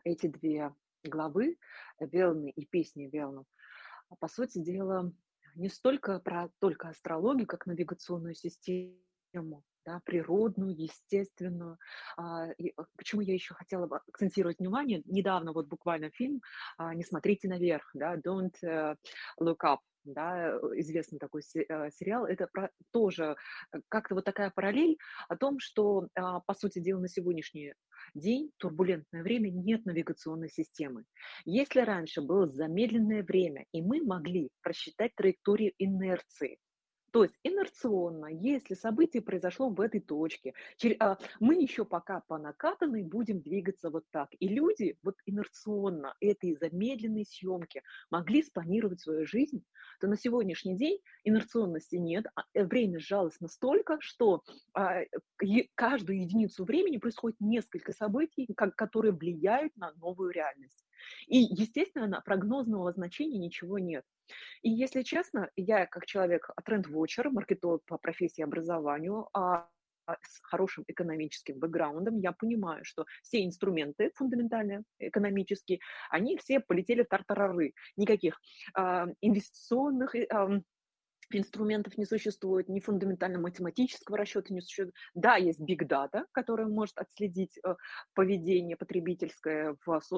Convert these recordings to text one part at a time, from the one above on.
эти 2 главы, Велны и песни Велны, по сути дела, не столько про только астрологию, как навигационную систему, да, природную, естественную. Почему я еще хотела бы акцентировать внимание? Недавно вот буквально фильм "Не смотрите наверх", да, "Don't look up", да, известный такой сериал. Это про тоже, как-то вот такая параллель о том, что, по сути дела, на сегодняшний день, турбулентное время, нет навигационной системы. Если раньше было замедленное время, и мы могли просчитать траекторию инерции, то есть инерционно, если событие произошло в этой точке, мы еще пока по накатанной будем двигаться вот так. И люди вот инерционно этой замедленной съемки могли спланировать свою жизнь, то на сегодняшний день инерционности нет, время сжалось настолько, что каждую единицу времени происходит несколько событий, которые влияют на новую реальность. И, естественно, на прогнозного значения ничего нет. И если честно, я как человек, тренд-вотчер, маркетолог по профессии и образованию, с хорошим экономическим бэкграундом, я понимаю, что все инструменты фундаментальные, экономические, они все полетели в тартарары. Никаких инвестиционных инструментов не существует, ни фундаментально-математического расчета не существует. Да, есть big data, которая может отследить поведение потребительское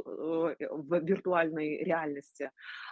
в виртуальной реальности,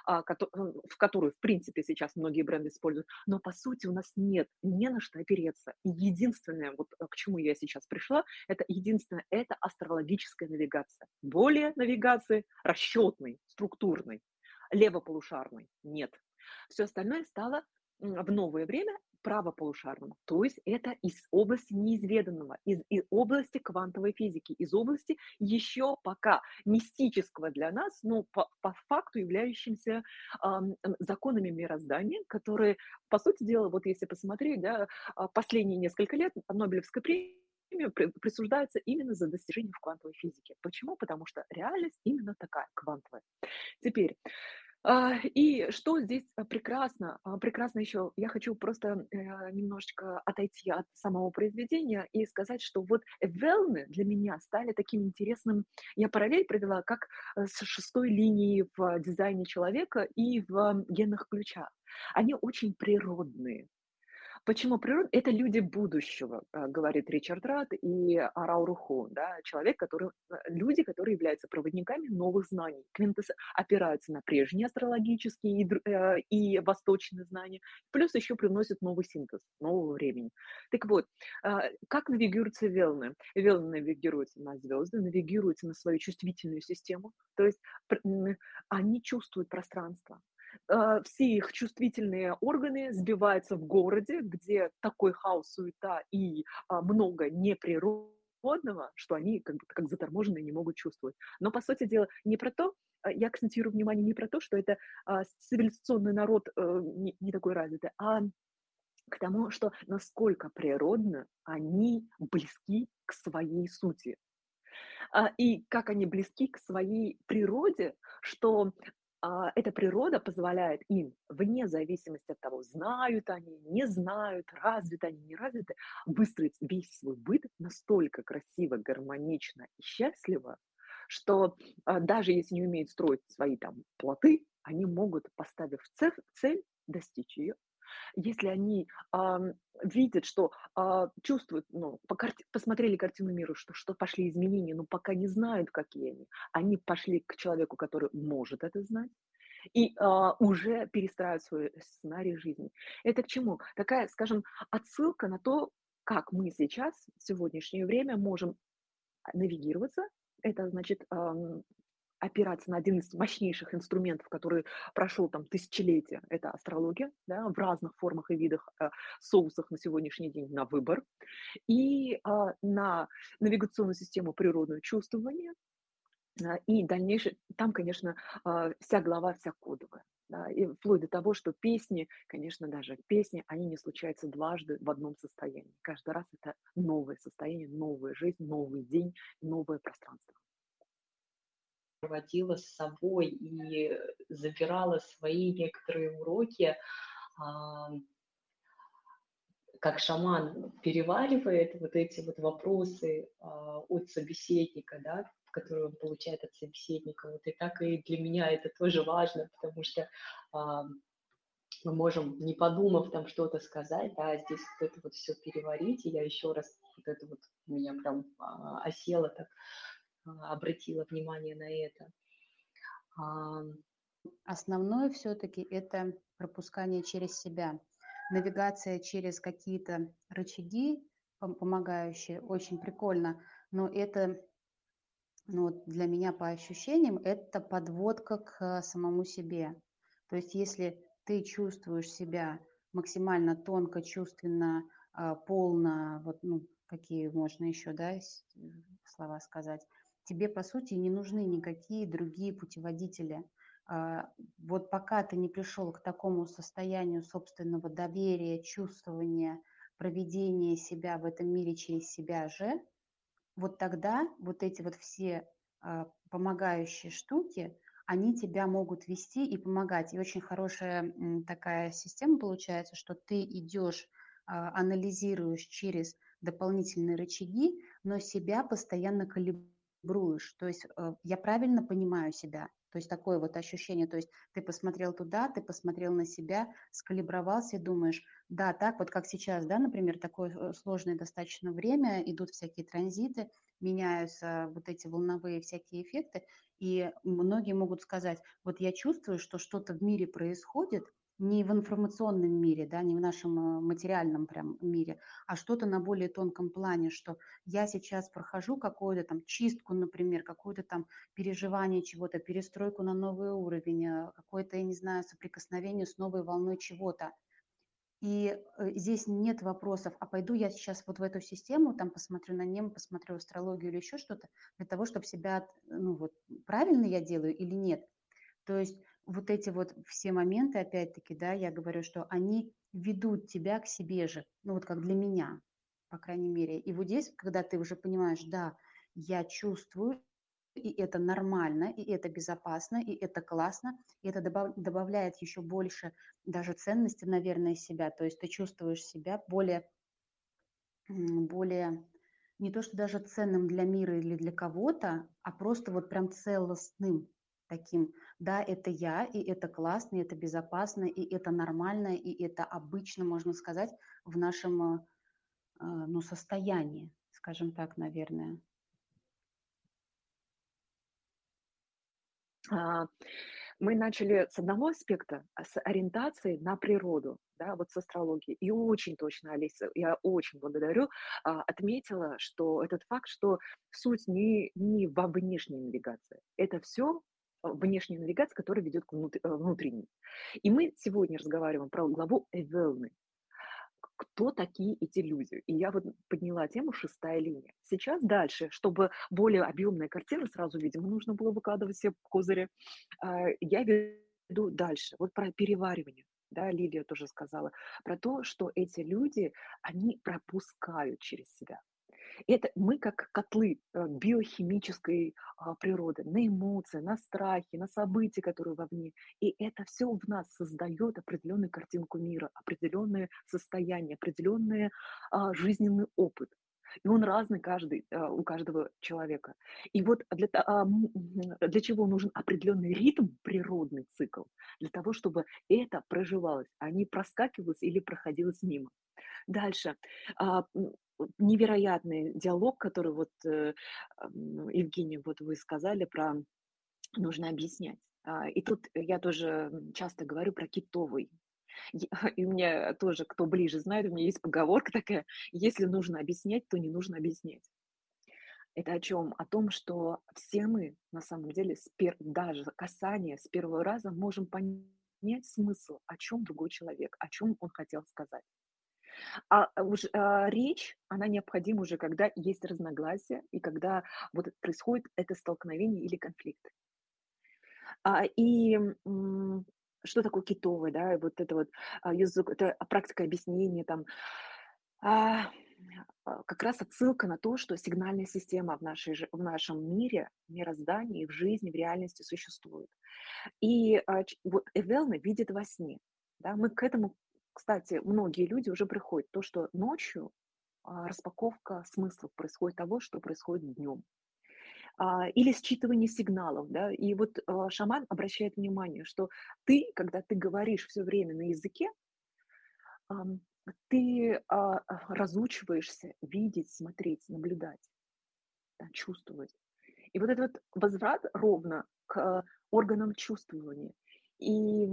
в которую, в принципе, сейчас многие бренды используют. Но, по сути, у нас нет не на что опереться. И единственное, вот к чему я сейчас пришла, это астрологическая навигация. Более навигации расчетной, структурной, левополушарной нет. Все остальное стало в новое время правополушарным. То есть это из области неизведанного, из области квантовой физики, из области еще пока мистического для нас, но по факту являющимся законами мироздания, которые, по сути дела, вот если посмотреть, да, последние несколько лет Нобелевская премия присуждается именно за достижения в квантовой физике. Почему? Потому что реальность именно такая, квантовая. Теперь, и что здесь прекрасно? Прекрасно еще, я хочу просто немножечко отойти от самого произведения и сказать, что вот Велны для меня стали таким интересным, я параллель провела, как с шестой линией в дизайне человека и в генных ключах. Они очень природные. Почему природа? Это люди будущего, говорит Ричард Рад и Арау Ху, да, люди, которые являются проводниками новых знаний, опираются на прежние астрологические и восточные знания, плюс еще привносят новый синтез нового времени. Так вот, как навигируются Велны? Велны навигируются на звезды, навигируются на свою чувствительную систему, то есть они чувствуют пространство, все их чувствительные органы сбиваются в городе, где такой хаос, суета и много неприродного, что они как бы как заторможенные не могут чувствовать. Но, по сути дела, не про то, я акцентирую внимание не про то, что это цивилизационный народ не такой развитый, а к тому, что насколько природно они близки к своей сути. И как они близки к своей природе, что эта природа позволяет им, вне зависимости от того, знают они, не знают, развиты они, не развиты, выстроить весь свой быт настолько красиво, гармонично и счастливо, что даже если не умеют строить свои там плоты, они могут, поставив цель, достичь ее. Если они видят, что чувствуют, ну, посмотрели картину мира, что пошли изменения, но пока не знают, какие они пошли к человеку, который может это знать, и уже перестраивают свой сценарий жизни. Это к чему? Такая, скажем, отсылка на то, как мы сейчас, в сегодняшнее время, можем навигироваться. Это значит опираться на один из мощнейших инструментов, который прошел там тысячелетия, это астрология, да, в разных формах и видах, соусах на сегодняшний день на выбор, и на навигационную систему природного чувствования, и дальнейшее, там, конечно, вся глава, вся кодовая. Да, и вплоть до того, что песни, конечно, даже песни, они не случаются дважды в одном состоянии. Каждый раз это новое состояние, новая жизнь, новый день, новое пространство. Проводила с собой и забирала свои некоторые уроки, а, как шаман переваривает вот эти вот вопросы от собеседника, да, которую он получает от собеседника. Вот и так и для меня это тоже важно, потому что а, мы можем, не подумав там что-то сказать, да, здесь вот это вот все переварить, и я еще раз вот это вот у меня прям осело так, обратила внимание на это. А, Основное все-таки это пропускание через себя. Навигация через какие-то рычаги, помогающие, очень прикольно, но это, ну, вот для меня по ощущениям, это подводка к самому себе. То есть если ты чувствуешь себя максимально тонко, чувственно, полно, вот, ну, какие можно еще, да, слова сказать, тебе, по сути, не нужны никакие другие путеводители. А, Вот пока ты не пришел к такому состоянию собственного доверия, чувствования, проведения себя в этом мире через себя же, вот тогда вот эти вот все помогающие штуки, они тебя могут вести и помогать. И очень хорошая такая система получается, что ты идешь, анализируешь через дополнительные рычаги, но себя постоянно калибруешь. То есть я правильно понимаю себя. То есть такое вот ощущение, то есть ты посмотрел туда, ты посмотрел на себя, скалибровался и думаешь, да, так вот как сейчас, да, например, такое сложное достаточно время, идут всякие транзиты, меняются вот эти волновые всякие эффекты, и многие могут сказать, вот я чувствую, что что-то в мире происходит, не в информационном мире, да, не в нашем материальном прям мире, а что-то на более тонком плане, что я сейчас прохожу какую-то там чистку, например, какое-то там переживание чего-то, перестройку на новый уровень, какое-то, я не знаю, соприкосновение с новой волной чего-то. И здесь нет вопросов, а пойду я сейчас вот в эту систему, там посмотрю на небо, посмотрю астрологию или еще что-то, для того, чтобы себя, ну вот, правильно я делаю или нет. То есть вот эти вот все моменты, опять-таки, да, я говорю, что они ведут тебя к себе же, ну вот как для меня, по крайней мере. И вот здесь, когда ты уже понимаешь, да, я чувствую, и это нормально, и это безопасно, и это классно, и это добавляет еще больше даже ценности, наверное, себя. То есть ты чувствуешь себя более не то что даже ценным для мира или для кого-то, а просто вот прям целостным таким. Да, это я, и это классно, и это безопасно, и это нормально, и это обычно, можно сказать, в нашем ну, состоянии, скажем так, наверное. А, Мы начали с одного аспекта, с ориентации на природу, да, вот с астрологии. И очень точно, Алиса, я очень благодарю, отметила, что этот факт, что суть не во внешней навигации. Это все внешняя навигация, которая ведет к внутренней. И мы сегодня разговариваем про главу Эвелны. Кто такие эти люди? И я вот подняла тему «Шестая линия». Сейчас дальше, чтобы более объемная картина сразу, видимо, нужно было выкладывать все козыри. Я веду дальше, вот про переваривание. Да, Лилия тоже сказала про то, что эти люди, они пропускают через себя. Это мы как котлы биохимической природы, на эмоции, на страхи, на события, которые вовне. И это все в нас создает определенную картинку мира, определенное состояние, определенный жизненный опыт. И он разный каждый, у каждого человека. И вот для чего нужен определенный ритм, природный цикл? Для того, чтобы это проживалось, а не проскакивалось или проходилось мимо. Дальше. Невероятный диалог, который вот, Евгений, вот вы сказали про нужно объяснять. И тут я тоже часто говорю про китовый. И у меня тоже, кто ближе знает, у меня есть поговорка такая: если нужно объяснять, то не нужно объяснять. Это о чем? О том, что все мы на самом деле даже касание с первого раза можем понять смысл, о чем другой человек, о чем он хотел сказать. Речь, она необходима уже, когда есть разногласия и когда вот происходит это столкновение или конфликт. А, и, м, что такое китовый, да, и вот это вот, язык, это практика объяснения там. А, как раз отсылка на то, что сигнальная система в нашем мире, мироздании, в жизни, в реальности существует. И, вот Эвелна видит во сне, да. Мы к этому, кстати, многие люди уже приходят. То, что ночью, распаковка смыслов происходит того, что происходит днем. или считывание сигналов, да. И вот шаман обращает внимание, что ты, когда ты говоришь все время на языке, ам, ты разучиваешься видеть, смотреть, наблюдать, да, чувствовать. И вот этот вот возврат ровно к органам чувствования и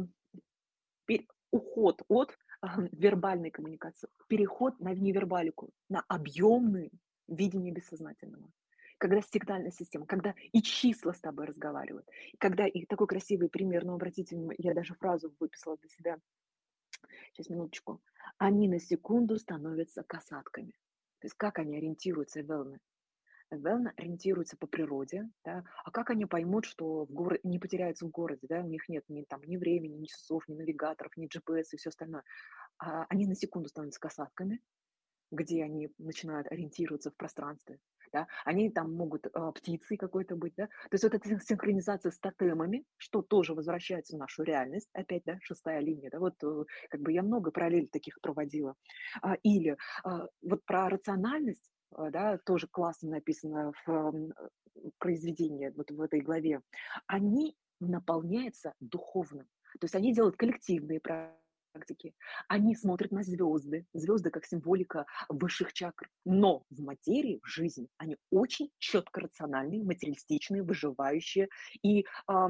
уход от вербальной коммуникации, переход на невербалику, на объемное видение бессознательного. Когда сигнальная система, когда и числа с тобой разговаривают, когда и такой красивый пример, но обратите внимание, я даже фразу выписала для себя, сейчас, минуточку. Они на секунду становятся касатками. То есть как они ориентируются, Велны? Велны ориентируются по природе, да. А как они поймут, что не потеряются в городе, да, у них нет ни времени, ни часов, ни навигаторов, ни GPS и все остальное. Они на секунду становятся касатками, где они начинают ориентироваться в пространстве, да. Они там могут птицей какой-то быть, да. То есть вот эта синхронизация с тотемами, что тоже возвращается в нашу реальность, опять, да, шестая линия, да, вот как бы я много параллелей таких проводила. Или вот про рациональность, да, тоже классно написано в произведении, вот в этой главе, они наполняются духовным. То есть они делают коллективные практики, они смотрят на звезды, звезды как символика высших чакр, но в материи, в жизни они очень четко рациональные, материалистичные, выживающие и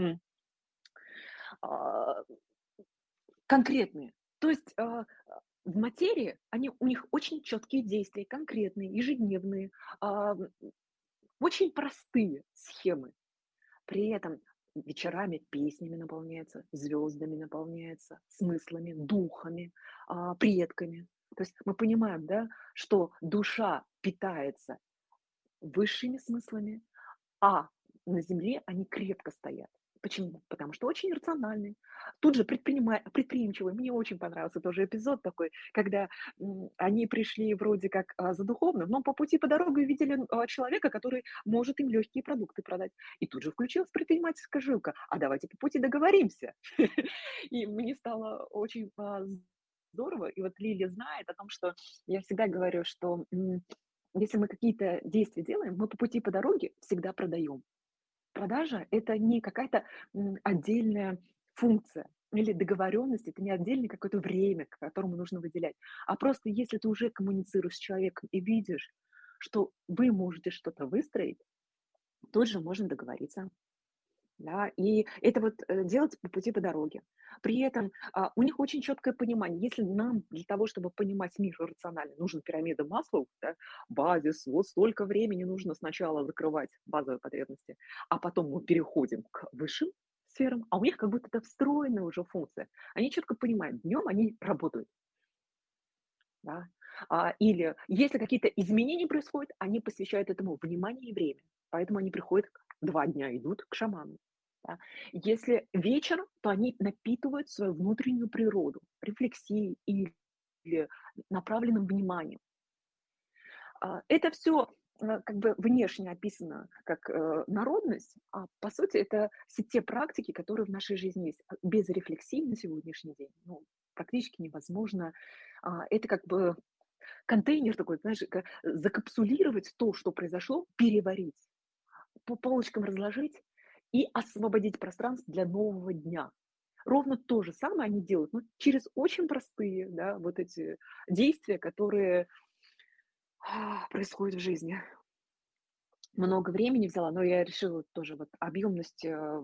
а, конкретные. То есть в материи у них очень четкие действия, конкретные, ежедневные, очень простые схемы. При этом вечерами песнями наполняется, звездами наполняется, смыслами, духами, предками. То есть мы понимаем, да, что душа питается высшими смыслами, а на земле они крепко стоят. Почему? Потому что очень рациональные. Тут же предприимчивые. Мне очень понравился тоже эпизод такой, когда они пришли вроде как за духовным, но по пути по дороге увидели человека, который может им легкие продукты продать. И тут же включилась предпринимательская жилка. А давайте по пути договоримся. И мне стало очень здорово. И вот Лилия знает о том, что я всегда говорю, что если мы какие-то действия делаем, мы по пути по дороге всегда продаем. Продажа — это не какая-то отдельная функция или договоренность, это не отдельное какое-то время, к которому нужно выделять. А просто если ты уже коммуницируешь с человеком и видишь, что вы можете что-то выстроить, тут же можно договориться. Да, и это вот делать по пути по дороге. При этом у них очень четкое понимание. Если нам для того, чтобы понимать мир рационально, нужна пирамида Маслоу, да, базис, вот столько времени нужно сначала закрывать базовые потребности, а потом мы переходим к высшим сферам, а у них как будто это встроенная уже функция. Они четко понимают, днем они работают. Да. Или если какие-то изменения происходят, они посвящают этому внимание и время. Поэтому они приходят 2 дня, идут к шаману. Да. Если вечер, то они напитывают свою внутреннюю природу рефлексией или направленным вниманием. Это все как бы внешне описано как народность, а по сути это все те практики, которые в нашей жизни есть. Без рефлексии на сегодняшний день практически невозможно. Это как бы контейнер такой, знаешь, закапсулировать то, что произошло, переварить, по полочкам разложить и освободить пространство для нового дня. Ровно то же самое они делают, но через очень простые, да, вот эти действия, которые происходят в жизни. Много времени взяла, но я решила тоже вот объемность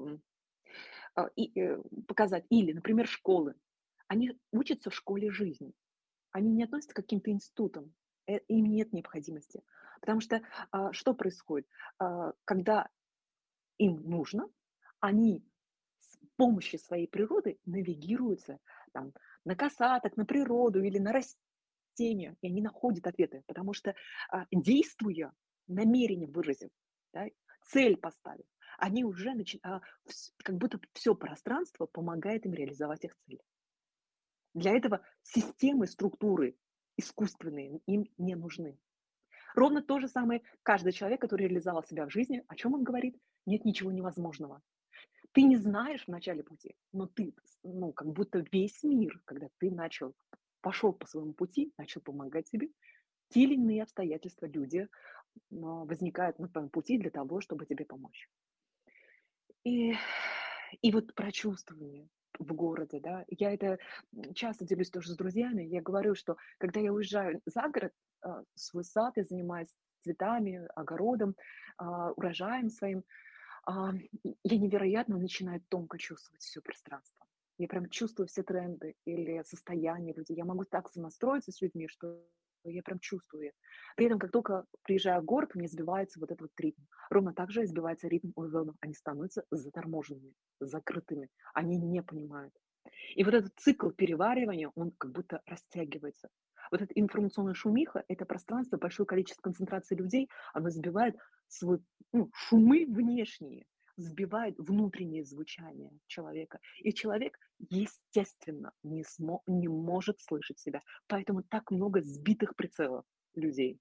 показать. Или, например, школы. Они учатся в школе жизни. Они не относятся к каким-то институтам. Им нет необходимости. Потому что что происходит? Когда им нужно, они с помощью своей природы навигируются там, на касаток, на природу или на растения, и они находят ответы. Потому что действуя, намерение выразив, да, цель поставив, они уже как будто все пространство помогает им реализовать их цель. Для этого системы, структуры искусственные им не нужны. Ровно то же самое каждый человек, который реализовал себя в жизни, о чем он говорит? Нет ничего невозможного. Ты не знаешь в начале пути, но ты, как будто весь мир, когда ты пошел по своему пути, начал помогать тебе, те или иные обстоятельства, люди возникают на твоем пути для того, чтобы тебе помочь. И, и вот про чувствование в городе, да, я это часто делюсь тоже с друзьями. Я говорю, что когда я уезжаю за город, в свой сад, я занимаюсь цветами, огородом, урожаем своим, я невероятно начинаю тонко чувствовать все пространство. Я прям чувствую все тренды или состояние людей. Я могу так сонастроиться с людьми, что я прям чувствую. При этом, как только приезжаю в город, у меня сбивается вот этот вот ритм. Ровно так же сбивается ритм у вэлнов. Они становятся заторможенными, закрытыми. Они не понимают. И вот этот цикл переваривания, он как будто растягивается. Вот эта информационная шумиха, это пространство, большое количество концентрации людей, оно сбивает свой, шумы внешние, сбивает внутреннее звучание человека. И человек, естественно, не может слышать себя. Поэтому так много сбитых прицелов людей.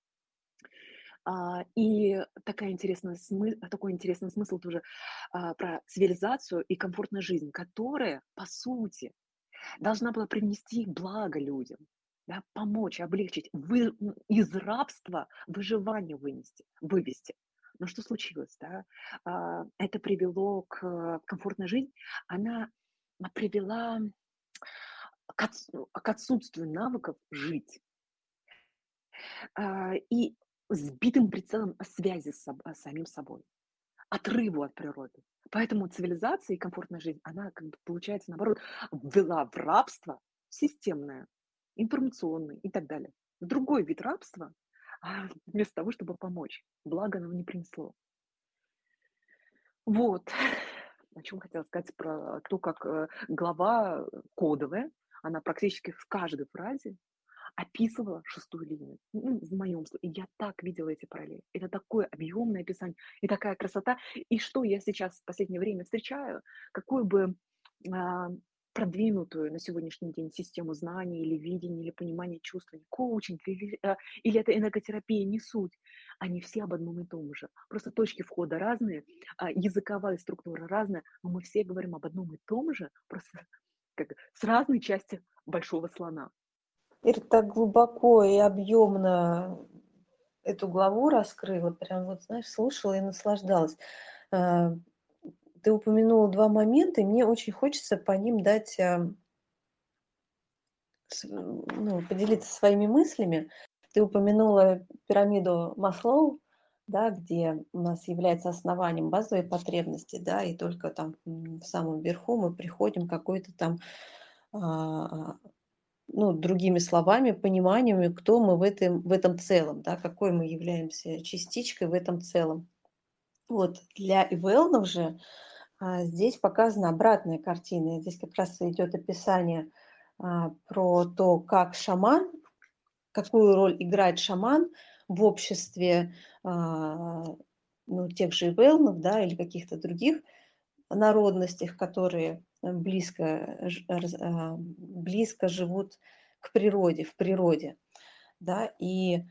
И такой интересный смысл тоже про цивилизацию и комфортную жизнь, которая, по сути, должна была принести благо людям, да, помочь, облегчить, из рабства выживание вывести. Но что случилось, да? Это привело к комфортной жизни, она привела к отсутствию навыков жить и сбитым прицелом связи с самим собой, отрыву от природы. Поэтому цивилизация и комфортная жизнь, она как бы получается, наоборот, ввела в рабство системное, информационное и так далее. В другой вид рабства, вместо того, чтобы помочь. Благо оно не принесло. Вот. О чем хотела сказать про то, как глава кодовая, она практически в каждой фразе описывала шестую линию. В моем случае. И я так видела эти параллели. Это такое объемное описание и такая красота. И что я сейчас в последнее время встречаю, какую бы а, продвинутую на сегодняшний день систему знаний или видения, или понимания чувств, коучинг, или это энерготерапия, не суть. Они все об одном и том же. Просто точки входа разные, языковая структура разная, но мы все говорим об одном и том же, просто как с разной части большого слона. Ир так глубоко и объемно эту главу раскрыла, прям вот, знаешь, слушала и наслаждалась. Ты упомянула два момента, и мне очень хочется по ним дать, поделиться своими мыслями. Ты упомянула пирамиду Маслоу, да, где у нас является основанием базовой потребности, да, и только там в самом верху мы приходим к какой-то там другими словами, пониманиями, кто мы в этом целом, да, какой мы являемся частичкой в этом целом. Вот для ивэлнов же здесь показана обратная картина. Здесь как раз идет описание про то, как шаман, какую роль играет шаман в обществе тех же ивэлнов, да, или каких-то других народностях, которые близко живут к природе, в природе. Да, и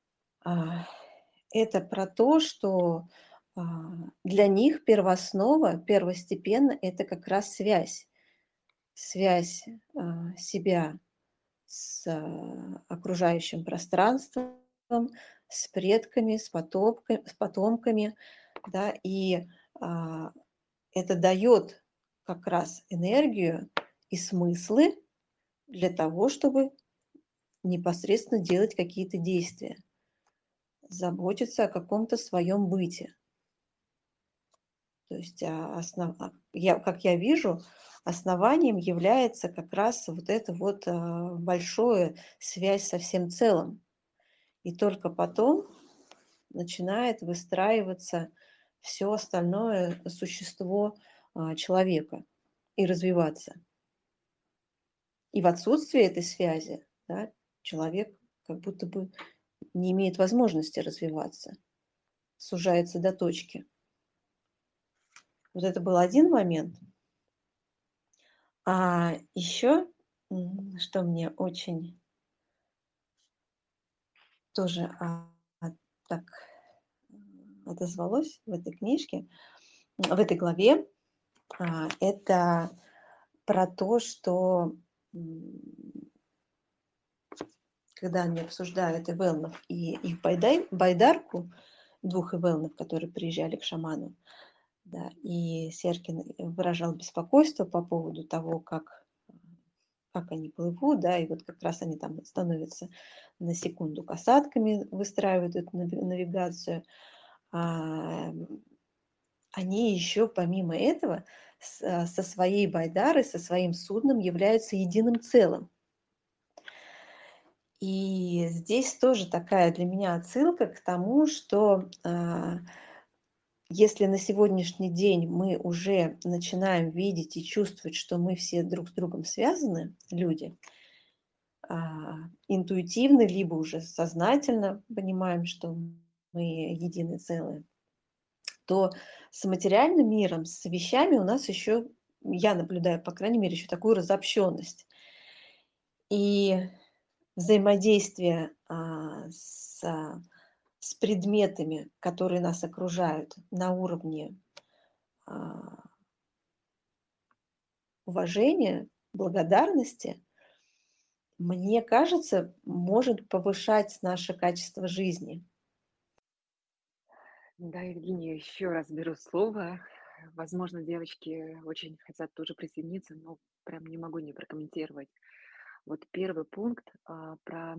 это про то, что для них первооснова, первостепенно это как раз связь. Связь себя с окружающим пространством, с предками, с потомками, да, и это дает как раз энергию и смыслы для того, чтобы непосредственно делать какие-то действия, заботиться о каком-то своем быте. То есть, как я вижу, основанием является как раз вот это вот большая связь со всем целым. И только потом начинает выстраиваться все остальное существо человека и развиваться. И в отсутствии этой связи, да, человек как будто бы не имеет возможности развиваться, сужается до точки. Вот это был один момент. А еще, что мне очень тоже так отозвалось в этой книжке, в этой главе, это про то, что когда они обсуждают эвелнов и их байдарку, двух эвелнов, которые приезжали к шаману, да, и Серкин выражал беспокойство по поводу того, как они плывут, да, и вот как раз они там становятся на секунду касатками, выстраивают эту навигацию. А, Они еще помимо этого со своей байдарой, со своим судном являются единым целым. И здесь тоже такая для меня отсылка к тому, что если на сегодняшний день мы уже начинаем видеть и чувствовать, что мы все друг с другом связаны, люди, интуитивно, либо уже сознательно понимаем, что мы единое целое, то с материальным миром, с вещами у нас еще, я наблюдаю, по крайней мере, еще такую разобщенность. И взаимодействие с предметами, которые нас окружают на уровне уважения, благодарности, мне кажется, может повышать наше качество жизни. Да, Евгения, еще раз беру слово. Возможно, девочки очень хотят тоже присоединиться, но прям не могу не прокомментировать. Вот первый пункт про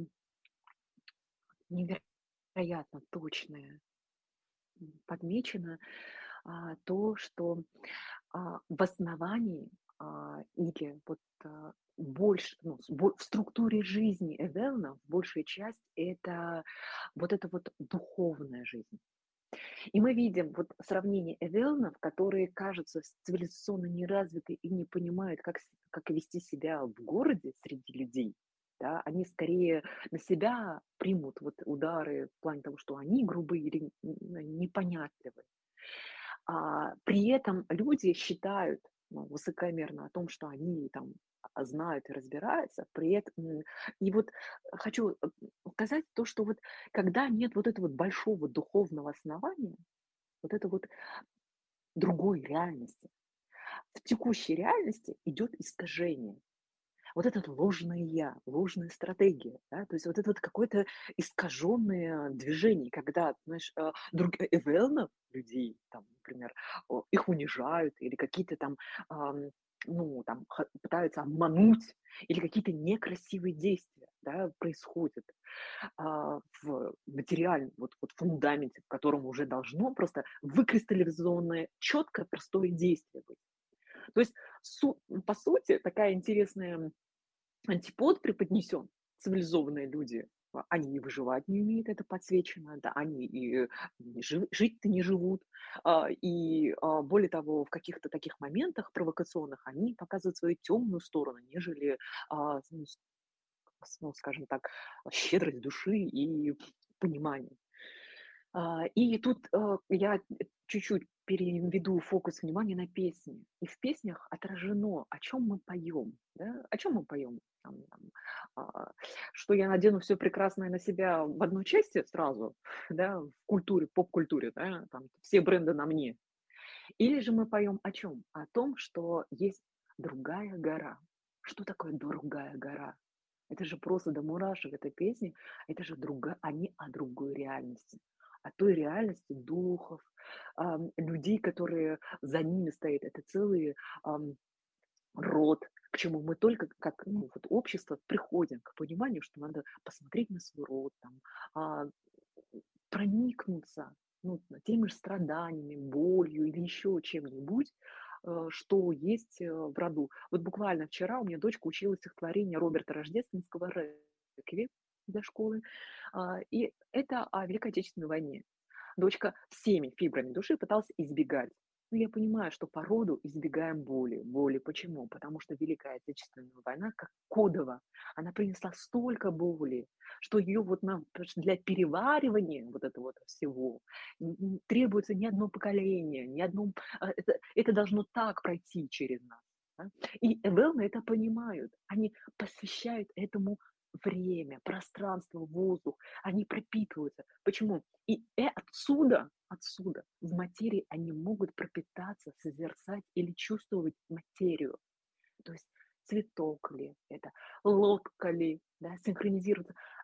невероятно точное подмечено то, что в основании или вот больше, ну, в структуре жизни Эвелна большая часть это вот духовная жизнь. И мы видим вот сравнение эвелнов, которые кажутся цивилизационно неразвиты и не понимают, как вести себя в городе среди людей. Да, они скорее на себя примут вот удары в плане того, что они грубые или непонятливые. При этом люди считают высокомерно о том, что они там знают и разбираются, при этом и вот хочу сказать то, что вот когда нет вот этого вот большого духовного основания, вот это вот другой реальности. В текущей реальности идет искажение. Вот это ложное я, ложная стратегия, да, то есть вот это вот какое-то искаженное движение, когда, знаешь, эвелнов, людей, там, например, их унижают или какие-то там, ну, там, пытаются обмануть, или какие-то некрасивые действия, да, происходят в материальном вот фундаменте, в котором уже должно просто выкристаллизованное, четкое, простое действие быть. То есть, по сути, такая интересная антипод преподнесен. Цивилизованные люди, они и выживать не умеют, это подсвечено, да, они и жить-то не живут, и более того, в каких-то таких моментах провокационных они показывают свою темную сторону, нежели, ну, скажем так, щедрость души и понимание. И тут я чуть-чуть переведу фокус внимания на песни. И в песнях отражено, о чем мы поем, да? О чем мы поем. Что я надену все прекрасное на себя в одной части сразу, да, в культуре, поп-культуре, да, там, все бренды на мне. Или же мы поем о чем? О том, что есть другая гора. Что такое другая гора? Это же просто до мурашек этой песни, это же они о другой реальности, о той реальности духов, людей, которые за ними стоят. Это целый род, к чему мы только как вот общество приходим к пониманию, что надо посмотреть на свой род, там, а, проникнуться теми же страданиями, болью или еще чем-нибудь, что есть в роду. Вот буквально вчера у меня дочка учила стихотворение Роберта Рождественского «Реквием» для школы, и это о Великой Отечественной войне. Дочка всеми фибрами души пыталась избегать. Но я понимаю, что по роду избегаем боли. Боли почему? Потому что Великая Отечественная война, как кодово, она принесла столько боли, что ее вот для переваривания вот этого вот всего требуется не одно поколение, не одно... Это должно так пройти через нас. Да? И эвелны это понимают. Они посвящают этому время, пространство, воздух. Они пропитываются. Почему? И отсюда в материи они могут пропитаться, созерцать или чувствовать материю. То есть цветок ли это, лодка ли, да, синхронизироваться.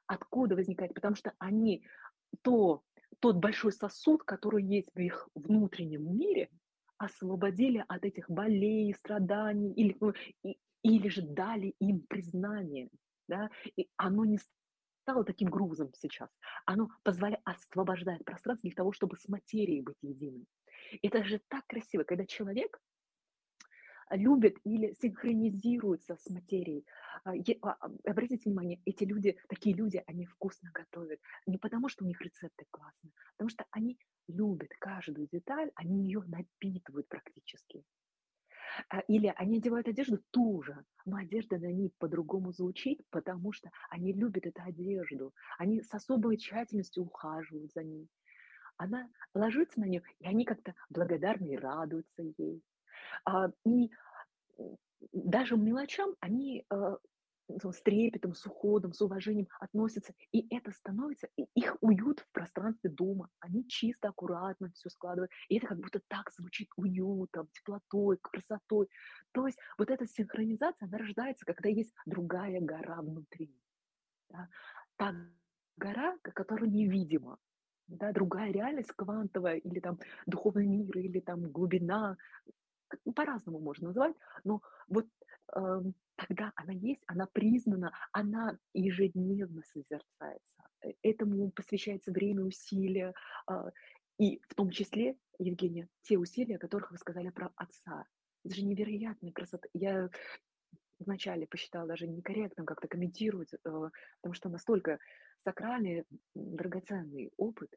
Откуда возникает? Потому что они тот большой сосуд, который есть в их внутреннем мире, освободили от этих болей, страданий, или же дали им признание. Да? И оно не стало таким грузом сейчас. Оно освобождает пространство для того, чтобы с материей быть единым. Это же так красиво, когда человек любит или синхронизируется с материей. Обратите внимание, такие люди, они вкусно готовят. Не потому, что у них рецепты классные, потому что они любят каждую деталь, они ее напитывают практически. Или они одевают одежду ту же, но одежда на них по-другому звучит, потому что они любят эту одежду. Они с особой тщательностью ухаживают за ней. Она ложится на нее, и они как-то благодарны и радуются ей. И даже мелочам они с трепетом, с уходом, с уважением относятся. И это становится их уют в пространстве дома. Они чисто, аккуратно все складывают. И это как будто так звучит уютом, теплотой, красотой. То есть вот эта синхронизация, она рождается, когда есть другая гора внутри. Да? Та гора, которая невидима. Да, другая реальность квантовая, или там духовный мир, или там глубина, по-разному можно назвать, но вот когда она есть, она признана, она ежедневно созерцается. Этому посвящается время, усилия, а, и в том числе, Евгения, те усилия, о которых вы сказали про отца. Это же невероятная красота. Я вначале посчитала даже некорректным как-то комментировать, потому что настолько сакральный, драгоценный опыт.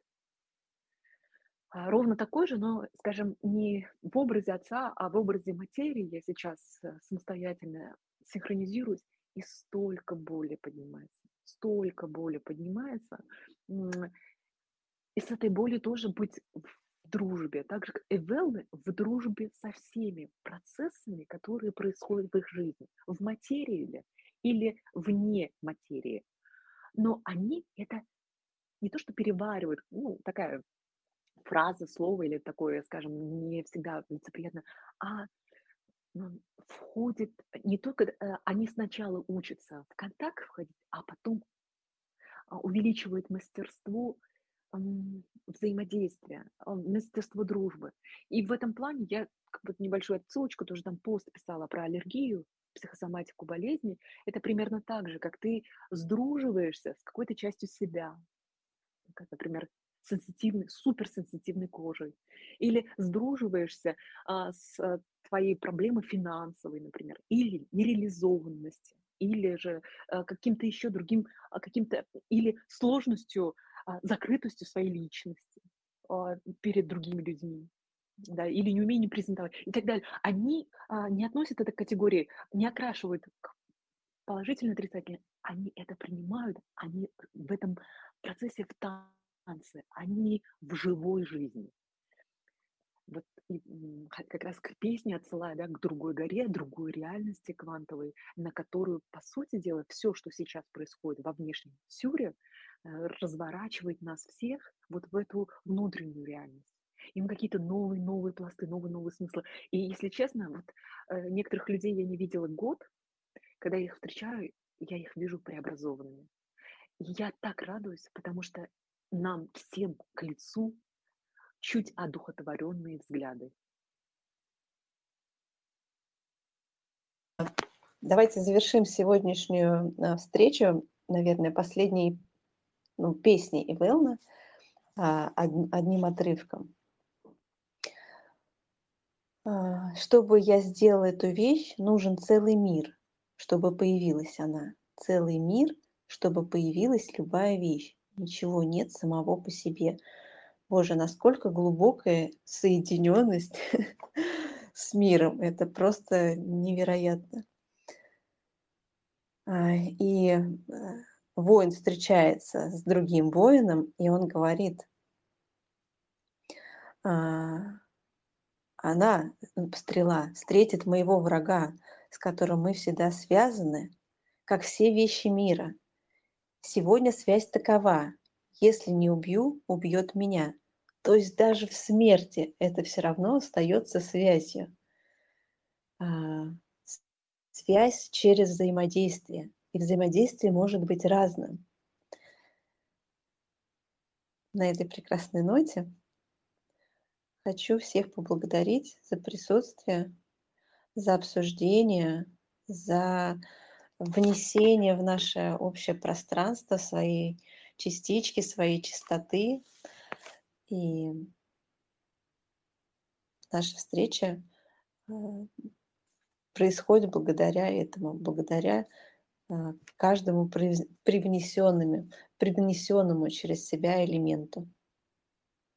Ровно такой же, но, скажем, не в образе отца, а в образе материи я сейчас самостоятельно синхронизируюсь, и столько боли поднимается, столько боли поднимается. И с этой болью тоже быть в дружбе, так же, как эвелны в дружбе со всеми процессами, которые происходят в их жизни, в материи или вне материи. Но они это не то, что переваривают, такая фраза, слово или такое, скажем, не всегда лицеприятно, а входит не только, они сначала учатся в контакт входить, а потом увеличивают мастерство взаимодействия, мастерство дружбы. И в этом плане я как бы небольшую отсылочку, тоже там пост писала про аллергию, психосоматику болезни. Это примерно так же, как ты сдруживаешься с какой-то частью себя, как, например, суперсенситивной кожей, или сдруживаешься с твоей проблемой финансовой, например, или нереализованности, или же каким-то еще другим, или сложностью, закрытостью своей личности перед другими людьми, да, или неумением презентовать и так далее. Они не относят это к категории, не окрашивают положительно, отрицательно, они это принимают, они в этом процессе в танце, они в живой жизни. Вот как раз к песне отсылаю, да, к другой горе, другой реальности квантовой, на которую, по сути дела, все, что сейчас происходит во внешнем сюре, разворачивает нас всех вот в эту внутреннюю реальность. Им какие-то новые пласты, новые смыслы. И если честно, вот некоторых людей я не видела год, когда я их встречаю, я их вижу преобразованными. И я так радуюсь, потому что нам всем к лицу чуть одухотворенные взгляды. Давайте завершим сегодняшнюю встречу, наверное, последней песней Эвелны, одним отрывком. Чтобы я сделала эту вещь, нужен целый мир, чтобы появилась она. Целый мир, чтобы появилась любая вещь. Ничего нет самого по себе. Боже, насколько глубокая соединенность с миром. Это просто невероятно. И воин встречается с другим воином, и он говорит, она, стрела, встретит моего врага, с которым мы всегда связаны, как все вещи мира. Сегодня связь такова: если не убью, убьет меня. То есть даже в смерти это все равно остается связью. Связь через взаимодействие. И взаимодействие может быть разным. на этой прекрасной ноте хочу всех поблагодарить за присутствие, за обсуждение, за внесение в наше общее пространство своей частички, своей чистоты. И наша встреча э, происходит благодаря этому, благодаря каждому привнесенному через себя элементу.